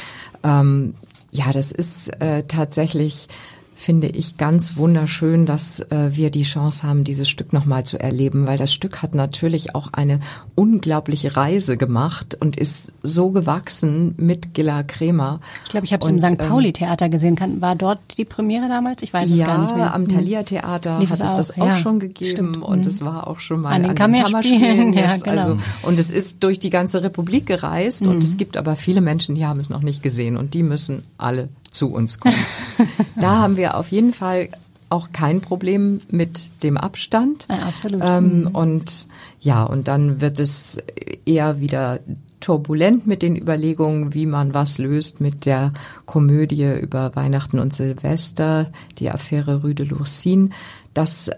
das ist tatsächlich, finde ich, ganz wunderschön, dass wir die Chance haben, dieses Stück nochmal zu erleben, weil das Stück hat natürlich auch eine unglaubliche Reise gemacht und ist so gewachsen mit Gilla Kremer. Ich glaube, ich habe es im St. Pauli-Theater gesehen. War dort die Premiere damals? Ich weiß es gar nicht mehr. Ja, am Thalia-Theater hat es das auch schon gegeben. Stimmt. Und es war auch schon mal an den Kammerspielen. Ja, genau. Also, und es ist durch die ganze Republik gereist und es gibt aber viele Menschen, die haben es noch nicht gesehen und die müssen alle zu uns kommen. Da haben wir auf jeden Fall auch kein Problem mit dem Abstand. Ja, absolut. Und dann wird es eher wieder turbulent mit den Überlegungen, wie man was löst mit der Komödie über Weihnachten und Silvester, die Affäre Rue de l'Ourcine. Das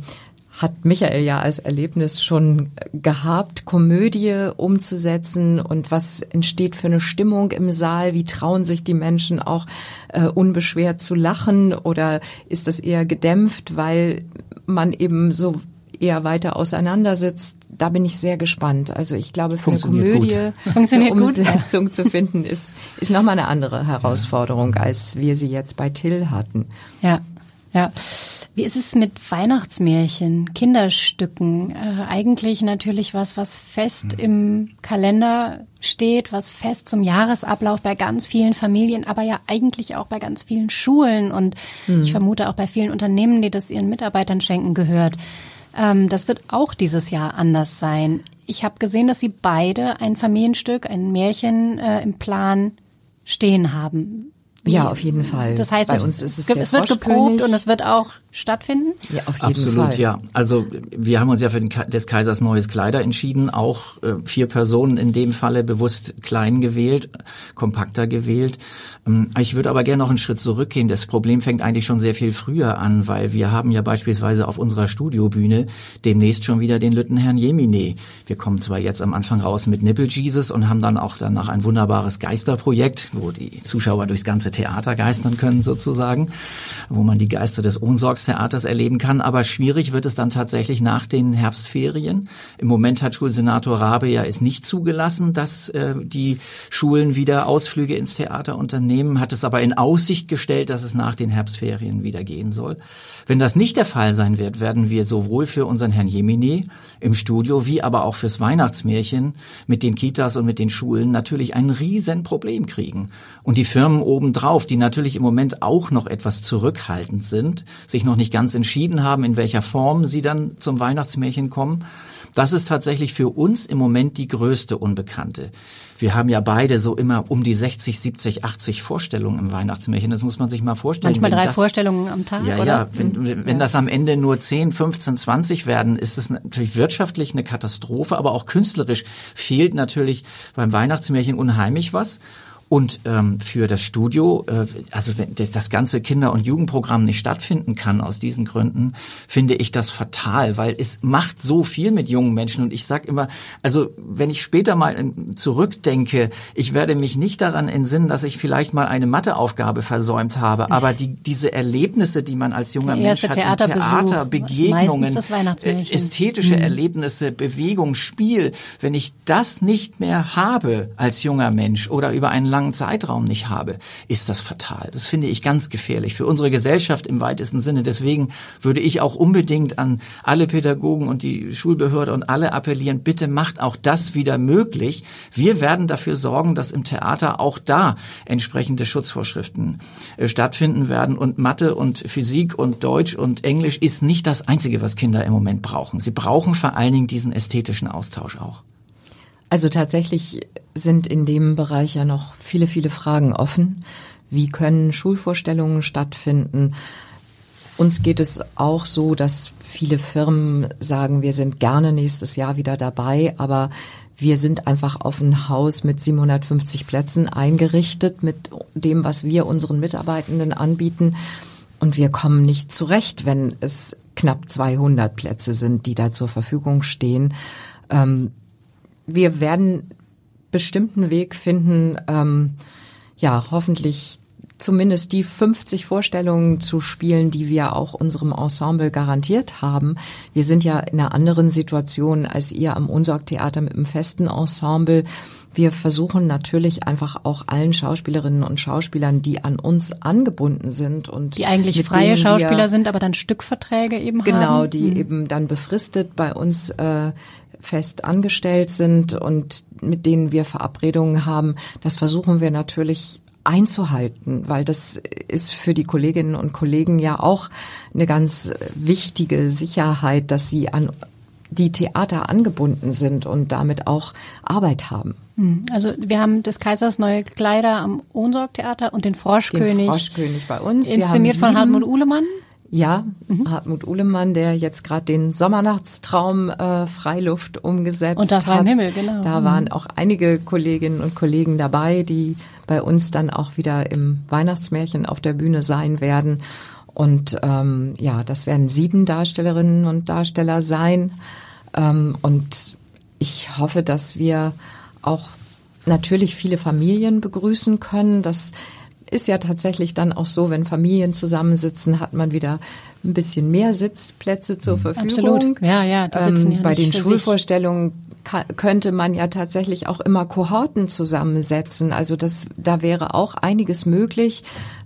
hat Michael ja als Erlebnis schon gehabt, Komödie umzusetzen und was entsteht für eine Stimmung im Saal, wie trauen sich die Menschen auch unbeschwert zu lachen oder ist das eher gedämpft, weil man eben so eher weiter auseinandersitzt. Da bin ich sehr gespannt. Also ich glaube, für eine Komödie eine Umsetzung zu finden, ist nochmal eine andere Herausforderung, als wir sie jetzt bei Till hatten. Ja. Ja. Wie ist es mit Weihnachtsmärchen, Kinderstücken? Eigentlich natürlich was fest im Kalender steht, was fest zum Jahresablauf bei ganz vielen Familien, aber ja eigentlich auch bei ganz vielen Schulen und ich vermute auch bei vielen Unternehmen, die das ihren Mitarbeitern schenken, gehört. Das wird auch dieses Jahr anders sein. Ich habe gesehen, dass Sie beide ein Familienstück, ein Märchen im Plan stehen haben. Ja, auf jeden Fall. Das heißt, bei uns ist es wird geprobt und es wird auch stattfinden? Ja, auf jeden Absolut, Fall. Absolut, ja. Also wir haben uns ja für des Kaisers neues Kleider entschieden, auch 4 Personen in dem Falle bewusst klein gewählt, kompakter gewählt. Ich würde aber gerne noch einen Schritt zurückgehen. Das Problem fängt eigentlich schon sehr viel früher an, weil wir haben ja beispielsweise auf unserer Studiobühne demnächst schon wieder den Lüttenherrn Jemine. Wir kommen zwar jetzt am Anfang raus mit Nipple Jesus und haben dann auch danach ein wunderbares Geisterprojekt, wo die Zuschauer durchs ganze Theater geistern können sozusagen, wo man die Geister des Ohnsorgs Theaters erleben kann. Aber schwierig wird es dann tatsächlich nach den Herbstferien. Im Moment hat Schulsenator Rabe ja es nicht zugelassen, dass die Schulen wieder Ausflüge ins Theater unternehmen, hat es aber in Aussicht gestellt, dass es nach den Herbstferien wieder gehen soll. Wenn das nicht der Fall sein wird, werden wir sowohl für unseren Herrn Jemine im Studio wie aber auch fürs Weihnachtsmärchen mit den Kitas und mit den Schulen natürlich ein Riesenproblem kriegen. Und die Firmen obendrauf, die natürlich im Moment auch noch etwas zurückhaltend sind, sich noch nicht ganz entschieden haben, in welcher Form sie dann zum Weihnachtsmärchen kommen, das ist tatsächlich für uns im Moment die größte Unbekannte. Wir haben ja beide so immer um die 60, 70, 80 Vorstellungen im Weihnachtsmärchen. Das muss man sich mal vorstellen. Manchmal 3 Vorstellungen am Tag, ja, oder? Ja, wenn das am Ende nur 10, 15, 20 werden, ist es natürlich wirtschaftlich eine Katastrophe, aber auch künstlerisch fehlt natürlich beim Weihnachtsmärchen unheimlich was. Und für das Studio, also wenn das ganze Kinder- und Jugendprogramm nicht stattfinden kann aus diesen Gründen, finde ich das fatal, weil es macht so viel mit jungen Menschen. Und ich sag immer, also wenn ich später mal zurückdenke, ich werde mich nicht daran entsinnen, dass ich vielleicht mal eine Matheaufgabe versäumt habe. Aber diese Erlebnisse, die man als junger Mensch hat, Theater, Begegnungen, ästhetische Erlebnisse, Bewegung, Spiel, wenn ich das nicht mehr habe als junger Mensch oder über einen langen Zeitraum nicht habe, ist das fatal. Das finde ich ganz gefährlich für unsere Gesellschaft im weitesten Sinne. Deswegen würde ich auch unbedingt an alle Pädagogen und die Schulbehörde und alle appellieren, bitte macht auch das wieder möglich. Wir werden dafür sorgen, dass im Theater auch da entsprechende Schutzvorschriften stattfinden werden. Und Mathe und Physik und Deutsch und Englisch ist nicht das Einzige, was Kinder im Moment brauchen. Sie brauchen vor allen Dingen diesen ästhetischen Austausch auch. Also tatsächlich sind in dem Bereich ja noch viele, viele Fragen offen. Wie können Schulvorstellungen stattfinden? Uns geht es auch so, dass viele Firmen sagen, wir sind gerne nächstes Jahr wieder dabei, aber wir sind einfach auf ein Haus mit 750 Plätzen eingerichtet, mit dem, was wir unseren Mitarbeitenden anbieten. Und wir kommen nicht zurecht, wenn es knapp 200 Plätze sind, die da zur Verfügung stehen. Wir werden bestimmten Weg finden, hoffentlich zumindest die 50 Vorstellungen zu spielen, die wir auch unserem Ensemble garantiert haben. Wir sind ja in einer anderen Situation als ihr am Unsorg-Theater mit einem festen Ensemble. Wir versuchen natürlich einfach auch allen Schauspielerinnen und Schauspielern, die an uns angebunden sind und die eigentlich freie Schauspieler sind, aber dann Stückverträge eben haben. Genau, die eben dann befristet bei uns fest angestellt sind und mit denen wir Verabredungen haben. Das versuchen wir natürlich einzuhalten, weil das ist für die Kolleginnen und Kollegen ja auch eine ganz wichtige Sicherheit, dass sie an die Theater angebunden sind und damit auch Arbeit haben. Also wir haben des Kaisers neue Kleider am Ohnsorg-Theater und den Froschkönig. Den Froschkönig bei uns. Inszeniert von Hartmut Uhlemann. Ja, Hartmut Uhlemann, der jetzt gerade den Sommernachtstraum Freiluft umgesetzt hat. Unter freiem Himmel, genau. Da waren auch einige Kolleginnen und Kollegen dabei, die bei uns dann auch wieder im Weihnachtsmärchen auf der Bühne sein werden. Und das werden 7 Darstellerinnen und Darsteller sein. Und ich hoffe, dass wir auch natürlich viele Familien begrüßen können. Das ist ja tatsächlich dann auch so, wenn Familien zusammensitzen, hat man wieder ein bisschen mehr Sitzplätze zur Verfügung. Absolut. Ja, die sitzen ja bei nicht den für Schulvorstellungen könnte man ja tatsächlich auch immer Kohorten zusammensetzen. Also da wäre auch einiges möglich,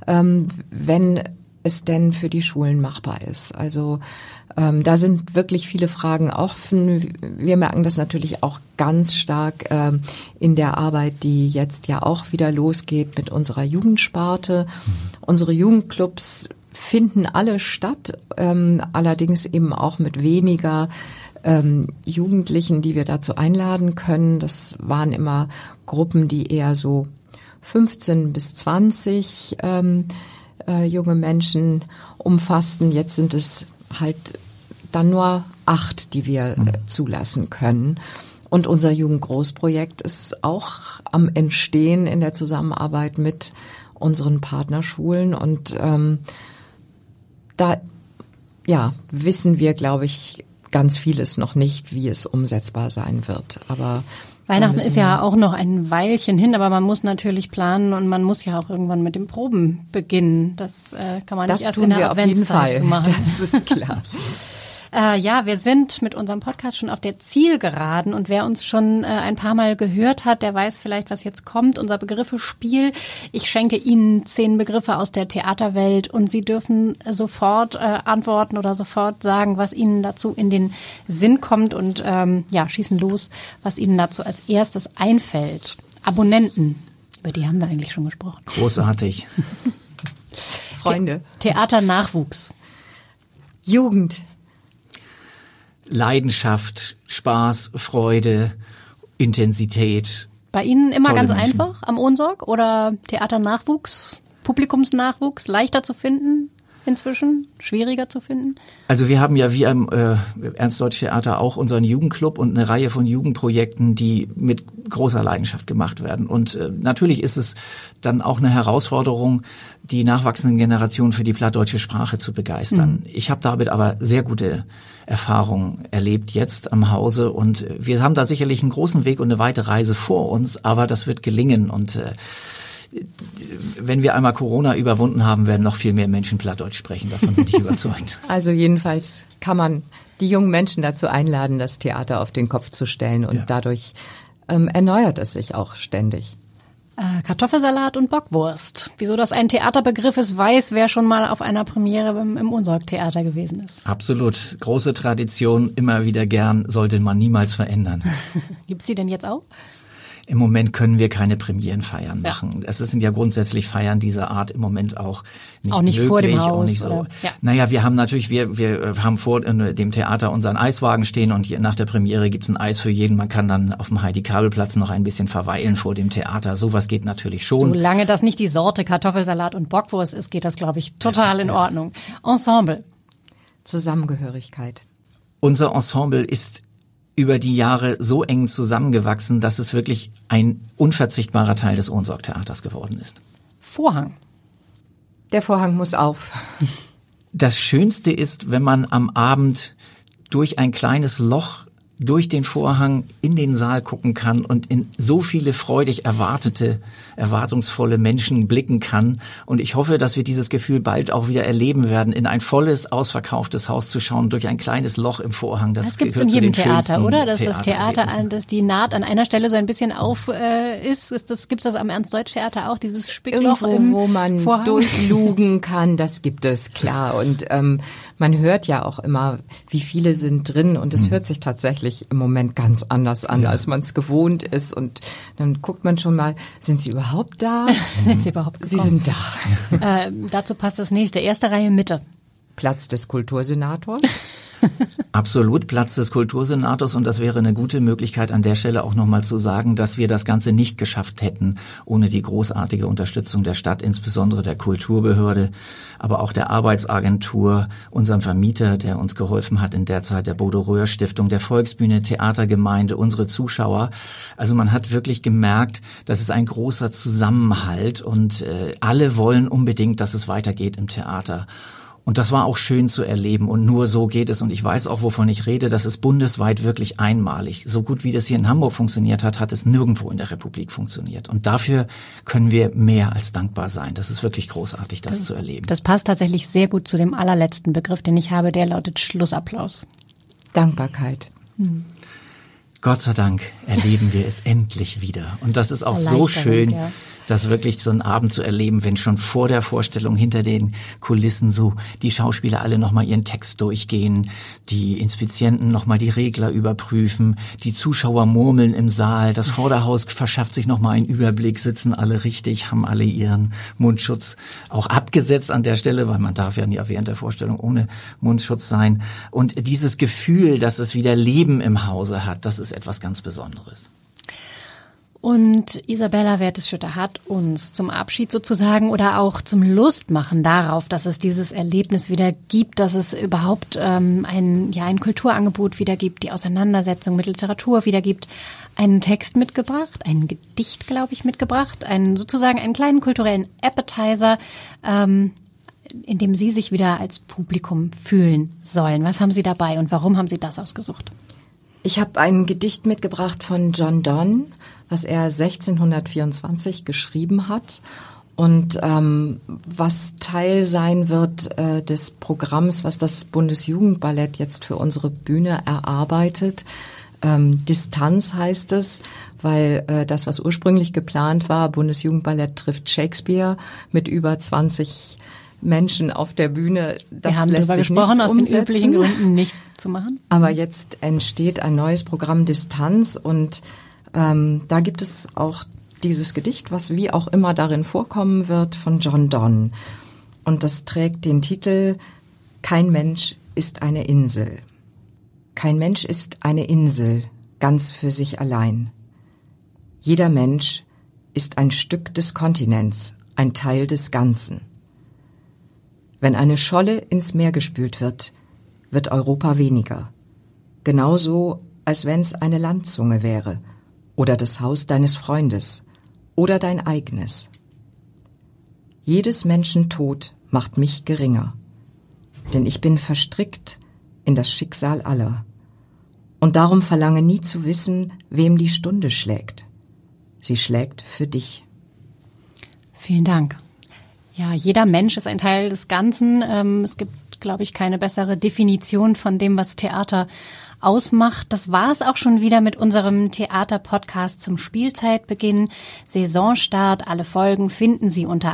wenn es denn für die Schulen machbar ist. Also da sind wirklich viele Fragen offen. Wir merken das natürlich auch ganz stark in der Arbeit, die jetzt ja auch wieder losgeht mit unserer Jugendsparte. Unsere Jugendclubs finden alle statt, allerdings eben auch mit weniger Jugendlichen, die wir dazu einladen können. Das waren immer Gruppen, die eher so 15 bis 20 junge Menschen umfassten. Jetzt sind es halt dann nur 8, die wir zulassen können. Und unser Jugendgroßprojekt ist auch am Entstehen in der Zusammenarbeit mit unseren Partnerschulen. Und da wissen wir, glaube ich, ganz vieles noch nicht, wie es umsetzbar sein wird. Aber Weihnachten ist ja auch noch ein Weilchen hin, aber man muss natürlich planen und man muss ja auch irgendwann mit dem Proben beginnen. Das kann man nicht erst in der Adventszeit zu machen. Das ist klar. Ja, wir sind mit unserem Podcast schon auf der Zielgeraden und wer uns schon ein paar Mal gehört hat, der weiß vielleicht, was jetzt kommt. Unser Begriffespiel. Ich schenke Ihnen 10 Begriffe aus der Theaterwelt und Sie dürfen sofort antworten oder sofort sagen, was Ihnen dazu in den Sinn kommt und schießen los, was Ihnen dazu als erstes einfällt. Abonnenten, über die haben wir eigentlich schon gesprochen. Großartig. Freunde. Theaternachwuchs. Jugend. Leidenschaft, Spaß, Freude, Intensität. Bei Ihnen immer ganz Menschen. einfach am Ohnsorg oder Theaternachwuchs, Publikumsnachwuchs, leichter zu finden inzwischen, schwieriger zu finden? Also wir haben ja wie am Ernst-Deutsch-Theater auch unseren Jugendclub und eine Reihe von Jugendprojekten, die mit großer Leidenschaft gemacht werden. Und natürlich ist es dann auch eine Herausforderung, die nachwachsenden Generationen für die plattdeutsche Sprache zu begeistern. Ich habe damit aber sehr gute Erfahrungen erlebt jetzt am Hause und wir haben da sicherlich einen großen Weg und eine weite Reise vor uns, aber das wird gelingen und wenn wir einmal Corona überwunden haben, werden noch viel mehr Menschen Plattdeutsch sprechen. Davon bin ich überzeugt. Also jedenfalls kann man die jungen Menschen dazu einladen, das Theater auf den Kopf zu stellen und dadurch erneuert es sich auch ständig. Kartoffelsalat und Bockwurst. Wieso das ein Theaterbegriff ist, weiß, wer schon mal auf einer Premiere im Ohnsorg-Theater gewesen ist. Absolut. Große Tradition, immer wieder gern, sollte man niemals verändern. Gibt's die denn jetzt auch? Im Moment können wir keine Premierenfeiern machen. Es sind ja grundsätzlich Feiern dieser Art im Moment auch nicht möglich. Vor dem Haus. Auch nicht so. Oder, ja. Naja, wir haben natürlich, wir haben vor dem Theater unseren Eiswagen stehen und nach der Premiere gibt's ein Eis für jeden. Man kann dann auf dem Heidi-Kabel-Platz noch ein bisschen verweilen vor dem Theater. Sowas geht natürlich schon. Solange das nicht die Sorte Kartoffelsalat und Bockwurst ist, geht das, glaube ich, total in Ordnung. Ensemble. Zusammengehörigkeit. Unser Ensemble ist über die Jahre so eng zusammengewachsen, dass es wirklich ein unverzichtbarer Teil des Ohnsorg-Theaters geworden ist. Vorhang. Der Vorhang muss auf. Das Schönste ist, wenn man am Abend durch ein kleines Loch durch den Vorhang in den Saal gucken kann und in so viele freudig erwartungsvolle Menschen blicken kann. Und ich hoffe, dass wir dieses Gefühl bald auch wieder erleben werden, in ein volles, ausverkauftes Haus zu schauen, durch ein kleines Loch im Vorhang. Das gibt's in jedem Theater, oder? Dass das Theater, dass die Naht an einer Stelle so ein bisschen auf ist. Gibt's das am Ernst-Deutsch-Theater auch, dieses Spickloch im wo man Vorhang? Durchlugen kann, das gibt es, klar. Und man hört ja auch immer, wie viele sind drin und es hört sich tatsächlich im Moment ganz anders an, als man es gewohnt ist. Und dann guckt man schon mal, sind sie überhaupt da? Sind sie überhaupt gekommen? Sie sind da. Dazu passt das nächste. Erste Reihe Mitte. Platz des Kultursenators. Absolut, Platz des Kultursenators, und das wäre eine gute Möglichkeit an der Stelle auch nochmal zu sagen, dass wir das Ganze nicht geschafft hätten ohne die großartige Unterstützung der Stadt, insbesondere der Kulturbehörde, aber auch der Arbeitsagentur, unserem Vermieter, der uns geholfen hat in der Zeit, der Bodo Röhr Stiftung, der Volksbühne, Theatergemeinde, unsere Zuschauer. Also man hat wirklich gemerkt, das ist ein großer Zusammenhalt und alle wollen unbedingt, dass es weitergeht im Theater. Und das war auch schön zu erleben und nur so geht es. Und ich weiß auch, wovon ich rede, das ist bundesweit wirklich einmalig. So gut wie das hier in Hamburg funktioniert hat, hat es nirgendwo in der Republik funktioniert. Und dafür können wir mehr als dankbar sein. Das ist wirklich großartig, das zu erleben. Das passt tatsächlich sehr gut zu dem allerletzten Begriff, den ich habe, der lautet Schlussapplaus. Dankbarkeit. Gott sei Dank erleben wir es endlich wieder. Und das ist auch so schön, das wirklich so einen Abend zu erleben, wenn schon vor der Vorstellung hinter den Kulissen so die Schauspieler alle nochmal ihren Text durchgehen, die Inspizienten nochmal die Regler überprüfen, die Zuschauer murmeln im Saal, das Vorderhaus verschafft sich nochmal einen Überblick, sitzen alle richtig, haben alle ihren Mundschutz auch abgesetzt an der Stelle, weil man darf ja während der Vorstellung ohne Mundschutz sein. Und dieses Gefühl, dass es wieder Leben im Hause hat, das ist etwas ganz Besonderes. Und Isabella Wertes-Schütter hat uns zum Abschied sozusagen oder auch zum Lustmachen darauf, dass es dieses Erlebnis wieder gibt, dass es überhaupt ein Kulturangebot wieder gibt, die Auseinandersetzung mit Literatur wieder gibt, einen Text mitgebracht, ein Gedicht, glaube ich, mitgebracht, sozusagen einen kleinen kulturellen Appetizer, in dem Sie sich wieder als Publikum fühlen sollen. Was haben Sie dabei und warum haben Sie das ausgesucht? Ich habe ein Gedicht mitgebracht von John Donne, was er 1624 geschrieben hat und was Teil sein wird des Programms, was das Bundesjugendballett jetzt für unsere Bühne erarbeitet. Distanz heißt es, weil das, was ursprünglich geplant war, Bundesjugendballett trifft Shakespeare mit über 20 Menschen auf der Bühne, das Wir haben lässt darüber sich gesprochen, nicht aus umsetzen. den üblichen Gründen nicht zu machen. Aber jetzt entsteht ein neues Programm Distanz und da gibt es auch dieses Gedicht, was wie auch immer darin vorkommen wird, von John Donne. Und das trägt den Titel Kein Mensch ist eine Insel. Kein Mensch ist eine Insel, ganz für sich allein. Jeder Mensch ist ein Stück des Kontinents, ein Teil des Ganzen. Wenn eine Scholle ins Meer gespült wird, wird Europa weniger. Genauso, als wenn es eine Landzunge wäre oder das Haus deines Freundes oder dein eigenes. Jedes Menschen Tod macht mich geringer, denn ich bin verstrickt in das Schicksal aller. Und darum verlange nie zu wissen, wem die Stunde schlägt. Sie schlägt für dich. Vielen Dank. Ja, jeder Mensch ist ein Teil des Ganzen. Es gibt, glaube ich, keine bessere Definition von dem, was Theater ausmacht. Das war es auch schon wieder mit unserem Theater-Podcast zum Spielzeitbeginn. Saisonstart. Alle Folgen finden Sie unter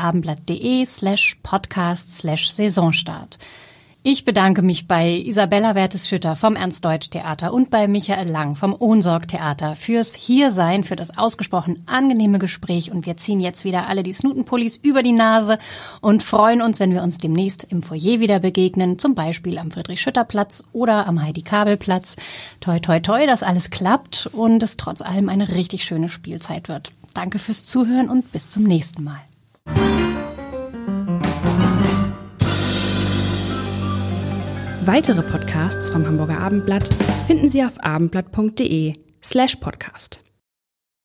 abendblatt.de/podcast/Saisonstart. Ich bedanke mich bei Isabella Wertes-Schütter vom Ernst-Deutsch-Theater und bei Michael Lang vom Ohnsorg-Theater fürs Hiersein, für das ausgesprochen angenehme Gespräch. Und wir ziehen jetzt wieder alle die Snutenpullis über die Nase und freuen uns, wenn wir uns demnächst im Foyer wieder begegnen, zum Beispiel am Friedrich-Schütter-Platz oder am Heidi-Kabel-Platz. Toi, toi, toi, dass alles klappt und es trotz allem eine richtig schöne Spielzeit wird. Danke fürs Zuhören und bis zum nächsten Mal. Weitere Podcasts vom Hamburger Abendblatt finden Sie auf abendblatt.de/podcast.